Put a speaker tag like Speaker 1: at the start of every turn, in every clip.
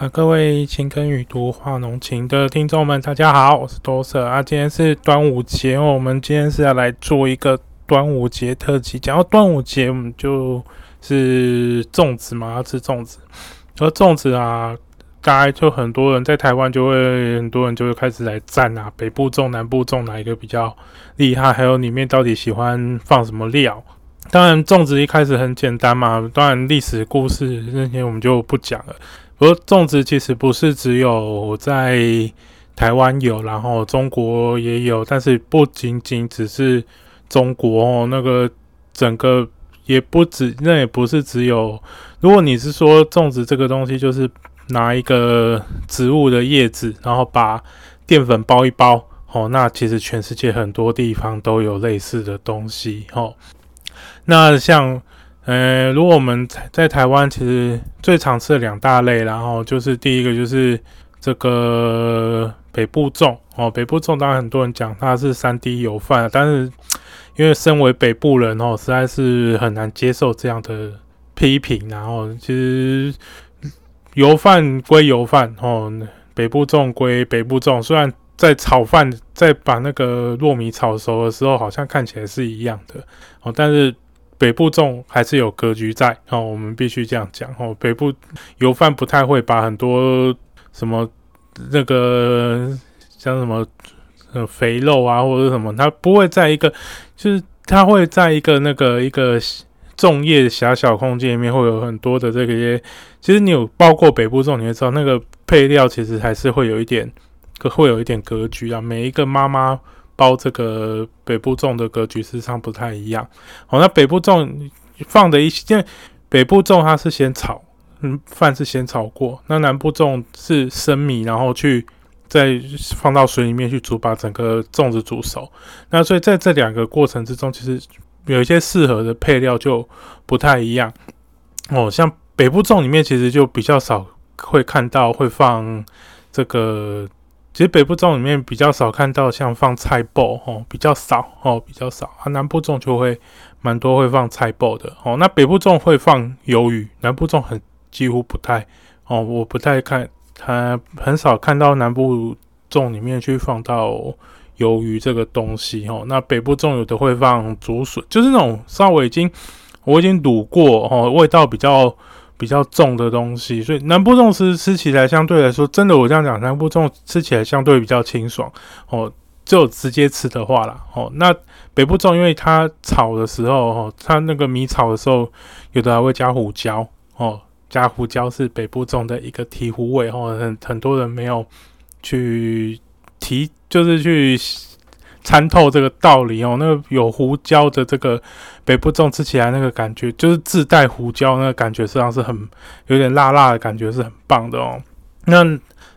Speaker 1: 各位情根语读话浓情的听众们，大家好，我是多舍啊。今天是端午节哦，我们今天是要来做一个端午节特辑。讲到端午节，我们就是粽子嘛，要吃粽子。而粽子啊，大概就很多人在台湾很多人就会开始来赞啊，北部粽、南部粽哪一个比较厉害，还有里面到底喜欢放什么料。当然，粽子一开始很简单嘛，当然历史故事那些我们就不讲了。不过粽子其实不是只有在台湾有，然后中国也有，但是不仅仅只是中国哦，那个整个也不止，那也不是只有。如果你是说粽子这个东西，就是拿一个植物的叶子，然后把淀粉包一包哦，那其实全世界很多地方都有类似的东西哦。那像如果我们在台湾其实最常吃的两大类，然后就是第一个就是这个北部粽哦，北部粽当然很多人讲它是3D 油饭，但是因为身为北部人哦，实在是很难接受这样的批评，然后其实油饭归油饭哦，北部粽归北部粽，虽然在炒饭在把那个糯米炒熟的时候，好像看起来是一样的哦，但是北部粽还是有格局在哦，我们必须这样讲哦。北部油饭不太会把很多什么那个像什么肥肉啊或者什么，它不会在一个，就是它会在一个粽叶狭小空间里面会有很多的这些。其实你有包括北部粽，你会知道那个配料其实还是会有一点格局啊。每一个妈妈包这个北部粽的格局事实上不太一样。好，那北部粽放的一些，因为北部粽它是先炒，饭是先炒过，那南部粽是生米，然后再放到水里面去煮，把整个粽子煮熟。那所以在这两个过程之中，其实有一些适合的配料就不太一样。哦，像北部粽里面其实就比较少会看到会放这个。其实北部粽里面比较少看到像放菜脯哦，比较少。南部粽就会蛮多会放菜脯的哦。那北部粽会放鱿鱼，南部粽几乎不太哦，我不太看，很少看到南部粽里面去放到鱿鱼这个东西哦。那北部粽有的会放竹笋，就是那种我已经卤过哦，味道比较重的东西，所以南部粽吃起来相对来说，真的我这样讲，南部粽吃起来相对比较清爽哦，就直接吃的话啦哦。那北部粽因为它炒的时候哦，它那个米炒的时候，有的还会加胡椒哦，加胡椒是北部粽的一个提胡味哦，很多人没有去就是去参透这个道理哦。那个有胡椒的这个北部粽吃起来那个感觉，就是自带胡椒那个感觉，实际上是有点辣辣的感觉，是很棒的哦。那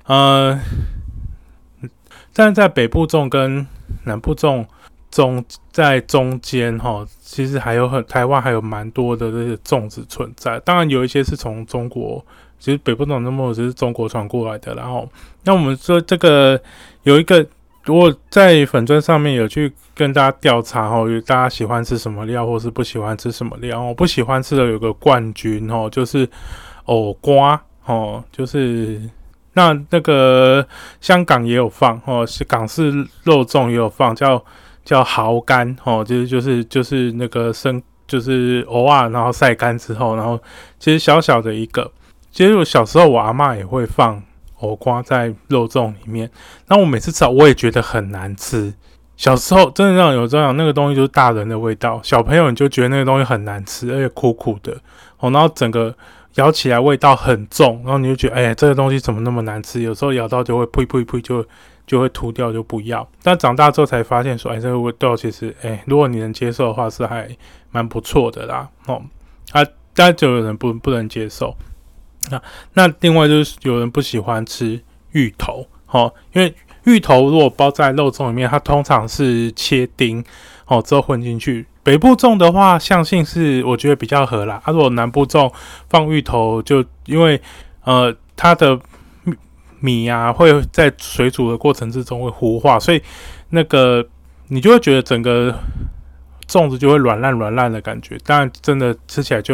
Speaker 1: 但在北部粽跟南部粽在中间哈，其实台湾还有蛮多的这些粽子存在。当然有一些是从中国，其实北部粽那么只是中国传过来的。然后，那我们说这个有一个。如果在粉专上面有去跟大家调查哦，大家喜欢吃什么料，或是不喜欢吃什么料哦，不喜欢吃的有个冠军哦，就是藕瓜哦，就是那个香港也有放哦，是港式肉粽也有放，叫蚝干哦，就是那个就是藕啊，然后晒干之后，然后其实小小的一个，其实我小时候我阿嬷也会放藕瓜在肉粽里面，那我每次吃我也觉得很难吃。小时候真的让有这样，那个东西就是大人的味道，小朋友你就觉得那个东西很难吃，而且苦苦的哦，然后整个咬起来味道很重，然后你就觉得这个东西怎么那么难吃？有时候咬到就会呸就会吐掉，就不要。但长大之后才发现说，这个味道其实如果你能接受的话，是还蛮不错的啦哦。但就有人不能接受。那另外就是有人不喜欢吃芋头哦，因为芋头如果包在肉粽里面，它通常是切丁哦之后混进去。北部粽的话，相信是我觉得比较合啦。如果南部粽放芋头，就因为它的米啊会在水煮的过程之中会糊化，所以那个你就会觉得整个粽子就会软烂的感觉。当然，真的吃起来就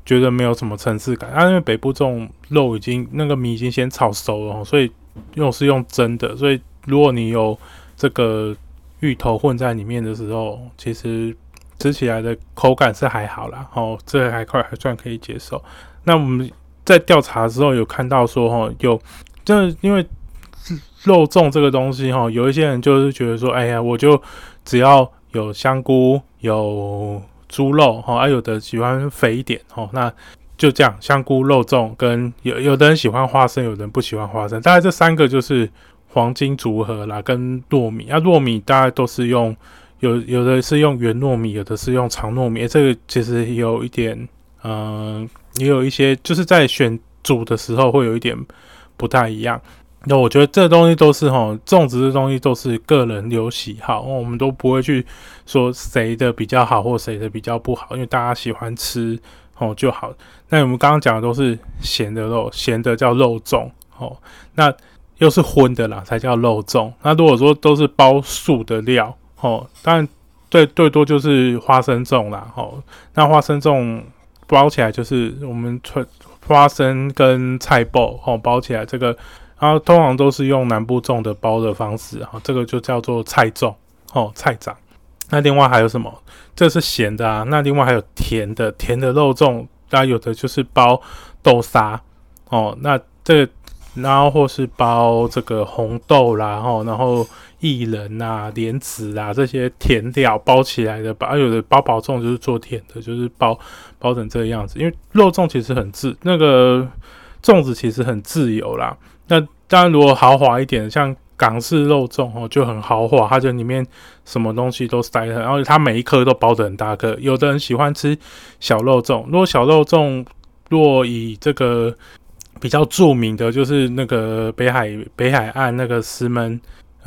Speaker 1: 觉得没有什么层次感。因为北部这种肉已经那个米已经先炒熟了，所以是用蒸的，所以如果你有这个芋头混在里面的时候，其实吃起来的口感是还好啦，这还算可以接受。那我们在调查的时候有看到说，因为肉粽这个东西，有一些人就是觉得说，哎呀，我就只要有香菇、有猪肉，有的喜欢肥一点，那就这样，香菇肉粽跟有的人喜欢花生，有的人不喜欢花生，大概这三个就是黄金组合啦，跟糯米。糯米大概都是用有的是用圆糯米，有的是用长糯米，这个其实也有一点，也有一些就是在选煮的时候会有一点不太一样。那我觉得这东西都是粽子的东西都是个人有喜好，我们都不会去说谁的比较好或谁的比较不好，因为大家喜欢吃就好。那我们刚刚讲的都是咸的肉，咸的叫肉粽，那又是荤的啦才叫肉粽。那如果说都是包素的料，当然最多就是花生粽啦，那花生粽包起来就是我们花生跟菜包包起来这个。然后通常都是用南部粽的包的方式，这个就叫做菜粽，菜长。那另外还有什么？这是咸的啊。那另外还有甜的肉粽，那有的就是包豆沙，那这个然后或是包这个红豆啦，然后薏仁啊、莲子啊这些甜料包起来的，有的包包粽就是做甜的，就是包成这个样子。因为肉粽其实那个粽子其实很自由啦。那当然，如果豪华一点，像港式肉粽就很豪华，它就里面什么东西都塞了，然后它每一颗都包得很大颗。有的人喜欢吃小肉粽，如果小肉粽，以这个比较著名的就是那个北海岸那个石门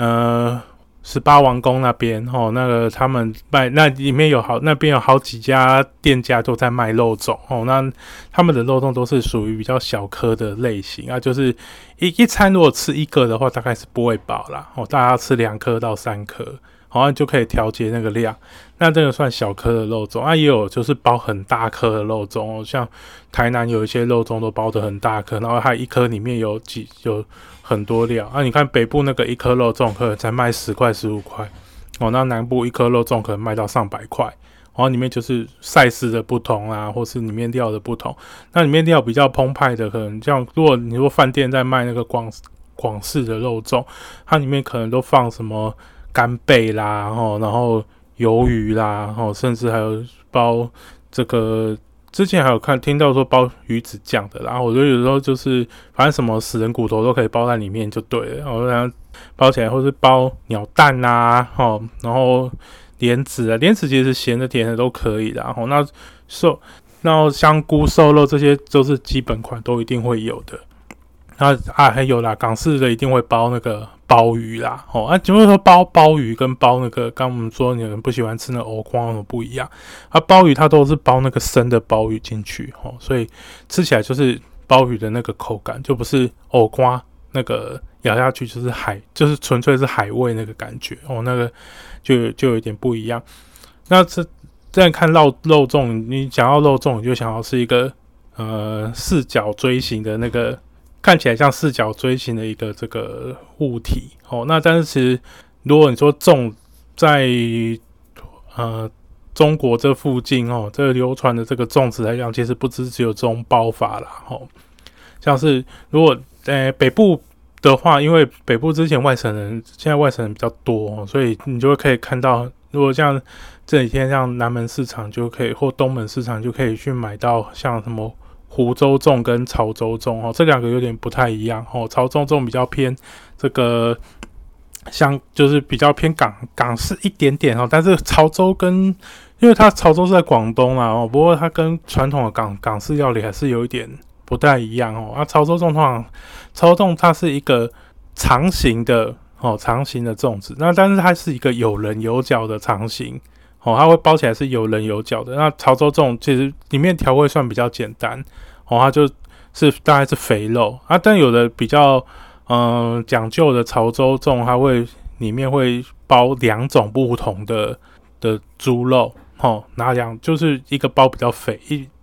Speaker 1: 18王宫那边那个他们卖，那里面那边有好几家店家都在卖肉粽那他们的肉粽都是属于比较小颗的类型就是一餐如果吃一个的话，大概是不会饱啦大家要吃2颗到3颗就可以调节那个量。那这个算小颗的肉粽也有就是包很大颗的肉粽像台南有一些肉粽都包得很大颗，然后它一颗里面有很多料你看北部那个一颗肉粽可能才卖10块15块那南部一颗肉粽可能卖到上百块里面就是size的不同或是里面料的不同。那里面料比较澎湃的，可能像如果你说饭店在卖那个广式的肉粽，它里面可能都放什么干贝啦然后鱿鱼啦甚至还有包这个之前还有听到说包鱼子酱的，然后我觉得有时候就是反正什么死人骨头都可以包在里面就对了，然后包起来，或是包鸟蛋然后莲子其实咸的甜的都可以的，然后香菇瘦肉这些都是基本款都一定会有的。还有啦，港式的一定会包那个鲍鱼啦，只不过说包鲍鱼跟包那个，刚我们说有人不喜欢吃那藕框有什么不一样？鲍鱼它都是包那个生的鲍鱼进去，所以吃起来就是鲍鱼的那个口感，就不是藕框那个咬下去就是纯粹是海味那个感觉，那个就有点不一样。那这样看肉粽，你想要肉粽，你就想要是一个四角锥形的那个。看起来像四角锥形的一个这个物体那但是其实如果你说粽在中国这附近这个流传的这个粽子来讲，其实不只有这种包法啦像是如果北部的话，因为北部之前现在外省人比较多所以你就会可以看到，如果像这几天像南门市场就可以，或东门市场就可以去买到像什么湖州粽跟潮州粽这两个有点不太一样潮州粽比较偏这个就是比较偏港式一点点但是潮州因为它潮州是在广东啦不过它跟传统的港式料理还是有一点不太一样潮州粽它是一个长形的粽子，那但是它是一个有棱有角的长形它会包起来是有棱有角的。那潮州粽其实里面调味算比较简单它就是大概是肥肉但有的比较讲究的潮州粽，它里面会包2种不同的猪肉就是一个包比较肥，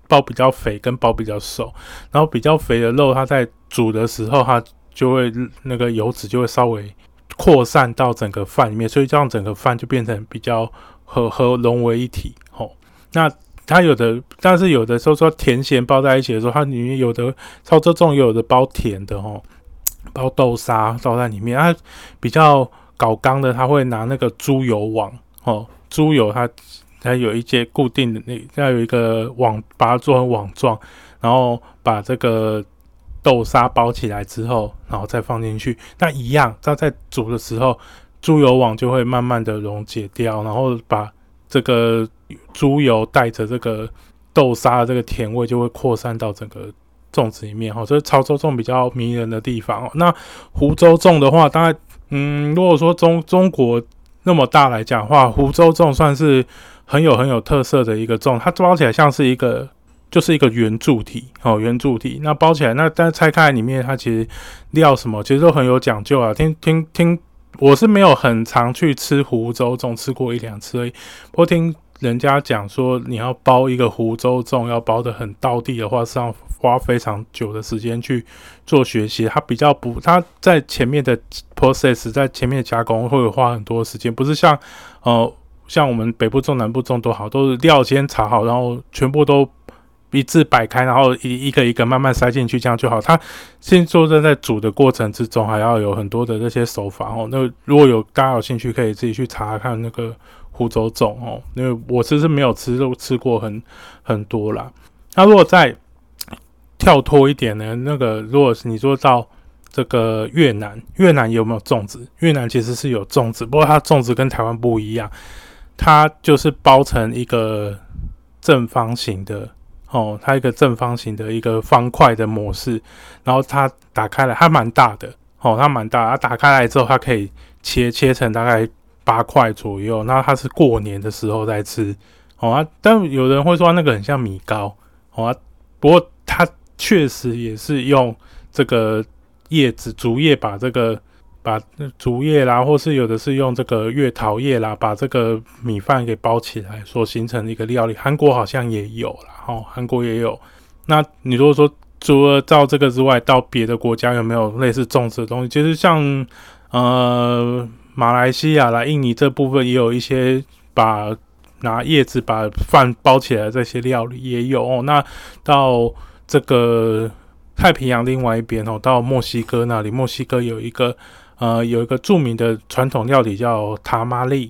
Speaker 1: 包比较肥跟包比较瘦，然后比较肥的肉它在煮的时候，它就会那个油脂就会稍微扩散到整个饭里面，所以这样整个饭就变成比较融为一体。那它有的，但是有的时候说甜咸包在一起的时候，它里面有的潮州粽也有的包甜的包豆沙倒在里面。它比较搞刚的，它会拿那个猪油网猪油它有一些固定的要有一个网，把它做成网状，然后把这个豆沙包起来之后，然后再放进去。那一样，它在煮的时候，猪油网就会慢慢的溶解掉，然后把这个猪油带着这个豆沙的这个甜味就会扩散到整个粽子里面这是潮州粽比较迷人的地方那湖州粽的话，大概如果说中国那么大来讲的话，湖州粽算是很有特色的一个粽，它包起来像是就是一个圆柱体圆柱体。那包起来，但拆开来里面，它其实料什么其实都很有讲究啊。听，我是没有很常去吃湖州粽，吃过1-2次而已。不过听人家讲说，你要包一个湖州粽，要包得很道地的话，是要花非常久的时间去做学习。它在前面的 process， 在前面的加工会花很多时间，不是像我们北部粽、南部粽都好，都是料先炒好，然后全部都一字摆开，然后一个一个慢慢塞进去，这样就好。它现在煮的过程之中，还要有很多的这些手法那如果大家有兴趣，可以自己去查看那个湖州粽因为我其实没有吃过很多啦。那如果再跳脱一点呢，如果你说到这个越南有没有粽子？越南其实是有粽子，不过它粽子跟台湾不一样，它就是包成一个正方形的它一个正方形的一个方块的模式，然后它打开来，它蛮大的它蛮大，它打开来之后，它可以切成大概8块左右，那它是过年的时候在吃但有人会说那个很像米糕不过它确实也是用这个叶子竹叶把竹叶啦，或是有的是用这个月桃叶啦，把这个米饭给包起来所形成的一个料理。韩国好像也有啦韩国也有。那你如果说除了照这个之外，到别的国家有没有类似粽子的东西？其实像马来西亚啦、印尼这部分也有一些拿叶子把饭包起来的这些料理也有那到这个太平洋另外一边到墨西哥那里，墨西哥有一个著名的传统料理叫塔玛利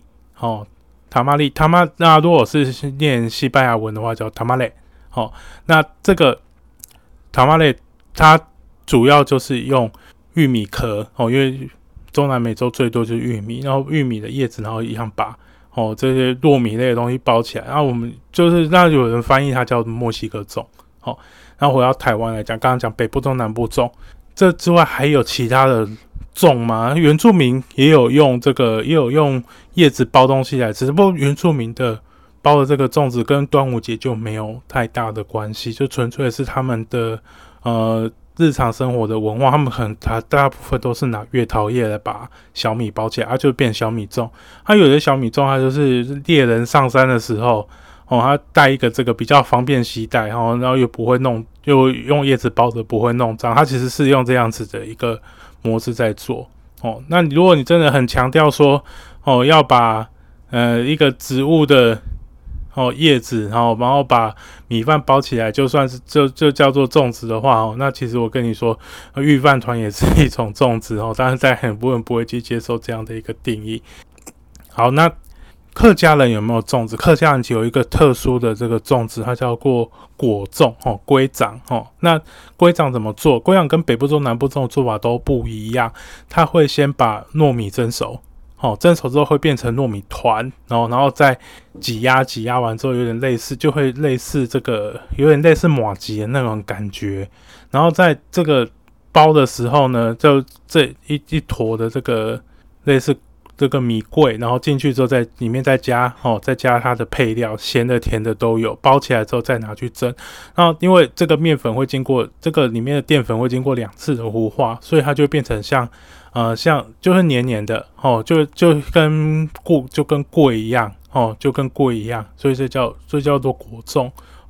Speaker 1: 那如果是念西班牙文的话叫塔玛雷那这个塔玛雷它主要就是用玉米壳因为中南美洲最多就是玉米，然后玉米的叶子，然后一样把这些糯米类的东西包起来，然后我们那有人翻译它叫墨西哥粽然后回到台湾来讲，刚刚讲北部粽、南部粽，这之外还有其他的粽吗？原住民也有用叶子包东西来吃，不过原住民的包的这个粽子跟端午节就没有太大的关系，就纯粹是他们的日常生活的文化，他们大部分都是拿月桃叶来把小米包起来，就变小米粽。有的小米粽，它就是猎人上山的时候它带一个这个比较方便携带然后又不会又用叶子包着不会弄脏，它其实是用这样子的一个模式在做那如果你真的很强调说要把一个植物的叶子然后把米饭包起来，就算是就叫做粽子的话那其实我跟你说，御饭团也是一种粽子当然在很多人不会去接受这样的一个定义。好，那客家人有没有粽子？客家人有一个特殊的这个粽子，它叫做果粽龟掌那龟掌怎么做？龟掌跟北部粽、南部粽的做法都不一样，它会先把糯米蒸熟蒸熟之后会变成糯米团，然后再挤压完之后有点类似麻糬的那种感觉，然后在这个包的时候呢，就这一坨的这个类似这个米粿，然后进去之后在里面再加它的配料，咸的甜的都有，包起来之后再拿去蒸。然后因为这个面粉会经过这个里面的淀粉会经过2次的糊化，所以它就变成像就是黏黏的就跟粿一样就跟粿一样，所以这叫做果粽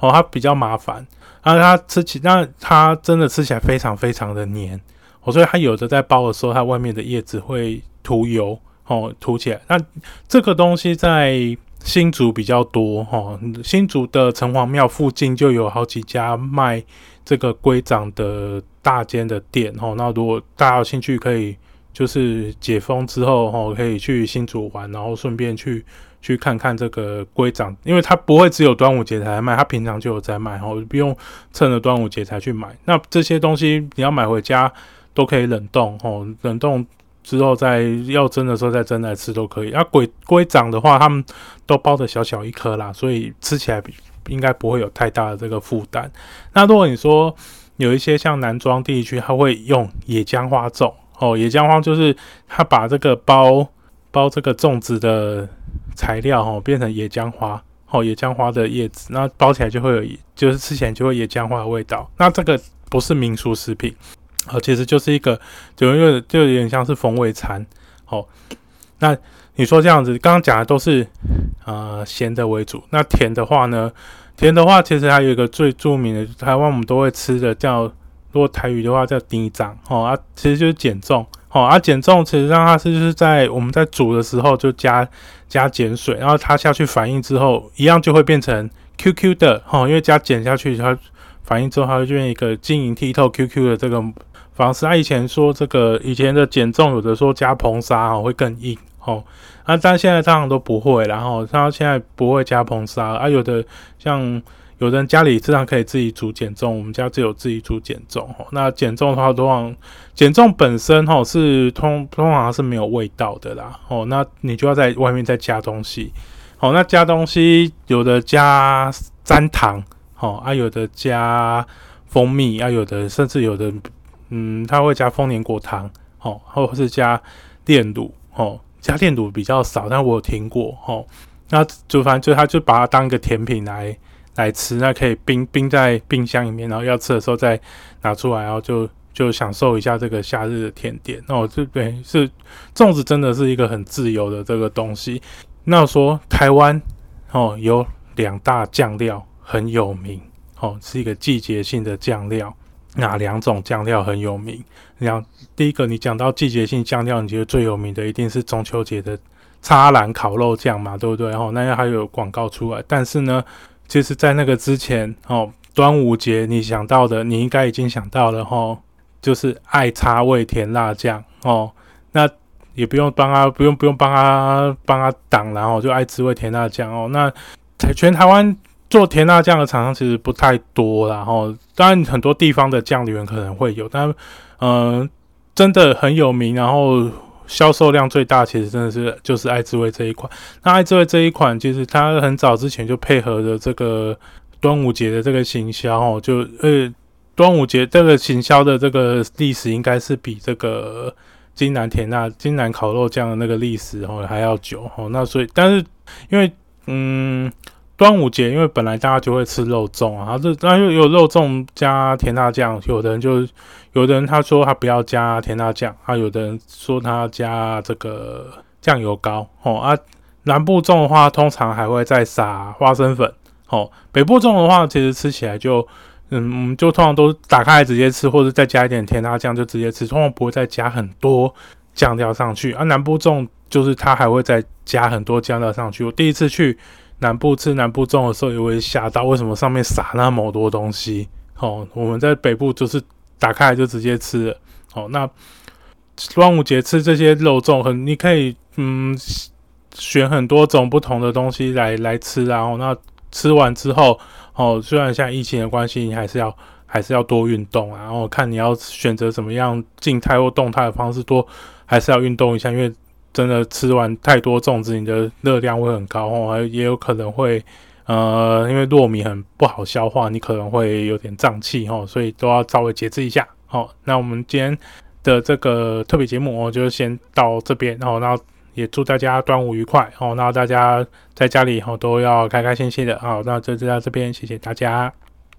Speaker 1: 它比较麻烦，它真的吃起来非常非常的黏，所以它有的在包的时候，它外面的叶子会涂油，涂起来。那这个东西在新竹比较多，新竹的城隍庙附近就有好几家卖这个龟掌的大间的店，那如果大家有兴趣，可以就是解封之后，可以去新竹玩，然后顺便去看看这个龟掌，因为它不会只有端午节才卖，它平常就有在卖，不用趁着端午节才去买。那这些东西你要买回家都可以冷冻，冷冻之后再要蒸的时候再蒸来吃都可以。龟掌的话，他们都包的小小一颗啦，所以吃起来应该不会有太大的这个负担。那如果你说有一些像南庄地区，它会用野姜花粽，野姜花就是它把这个包这个粽子的材料变成野姜花，野姜花的叶子，那包起来就会有，就是吃起来就会野姜花的味道。那这个不是民俗食品，其实就是一个就有点像是风味餐。那你说这样子，刚刚讲的都是咸的为主，那甜的话呢？甜的话，其实还有一个最著名的，台湾我们都会吃的叫，如果台语的话叫低掌，其实就是碱粽。碱粽其实让它就是在我们在煮的时候就加碱水，然后它下去反应之后，一样就会变成 QQ 的，因为加碱下去，它反应之后它会变成一个晶莹剔透 QQ 的这个方式。以前说这个以前的碱粽有的说加硼砂会更硬，但现在当然都不会，然后它现在不会加硼砂，有的像有的人家里经常可以自己煮碱粽，我们家只有自己煮碱粽。那碱粽的话，碱粽本身是通常是没有味道的啦。那你就要在外面再加东西。那加东西有的加沾糖，有的加蜂蜜，有的甚至有的它会加丰年果糖，或者是加炼乳，加炼乳比较少，但我有听过。那就反正就它就把它当一个甜品来吃，那可以冰在冰箱里面，然后要吃的时候再拿出来，然后就享受一下这个夏日的甜点。对，是粽子真的是一个很自由的这个东西。那我说台湾有2大酱料很有名，是一个季节性的酱料。哪2种酱料很有名？第一个，你讲到季节性酱料，你觉得最有名的一定是中秋节的叉兰烤肉酱嘛，对不对？那还有广告出来，但是呢，其实在那个之前，端午节你想到的，你应该已经想到了，就是爱叉味甜辣酱，那也不用帮他挡，然后就爱滋味甜辣酱，那全台湾做甜辣酱的厂商其实不太多啦，当然很多地方的酱园可能会有，但真的很有名，然后销售量最大，其实真的就是爱滋味这一款。那爱滋味这一款，其实它很早之前就配合着这个端午节的这个行销，端午节这个行销的这个历史应该是比这个金南烤肉酱的那个历史还要久。那所以，但是因为端午节，因为本来大家就会吃肉粽啊，那又有肉粽加甜辣酱，有的人他说他不要加甜辣酱，有的人说他加这个酱油膏，南部粽的话，通常还会再撒花生粉，北部粽的话，其实吃起来就就通常都打开来直接吃，或者再加一点甜辣酱就直接吃，通常不会再加很多酱料上去。南部粽就是它还会再加很多酱料上去。我第一次去南部吃南部粽的时候，也会吓到，为什么上面撒那么多东西？我们在北部就是打开来就直接吃了。那端午节吃这些肉粽，你可以选很多种不同的东西来吃，然后那吃完之后，虽然现在疫情的关系，你还是要多运动，然后看你要选择怎么样静态或动态的方式，还是要运动一下，因为真的吃完太多粽子，你的热量会很高，也有可能会因为糯米很不好消化，你可能会有点胀气，所以都要稍微节制一下。那我们今天的这个特别节目就先到这边，然后也祝大家端午愉快，那大家在家里都要开开心心的。好，那就到这边，谢谢大家。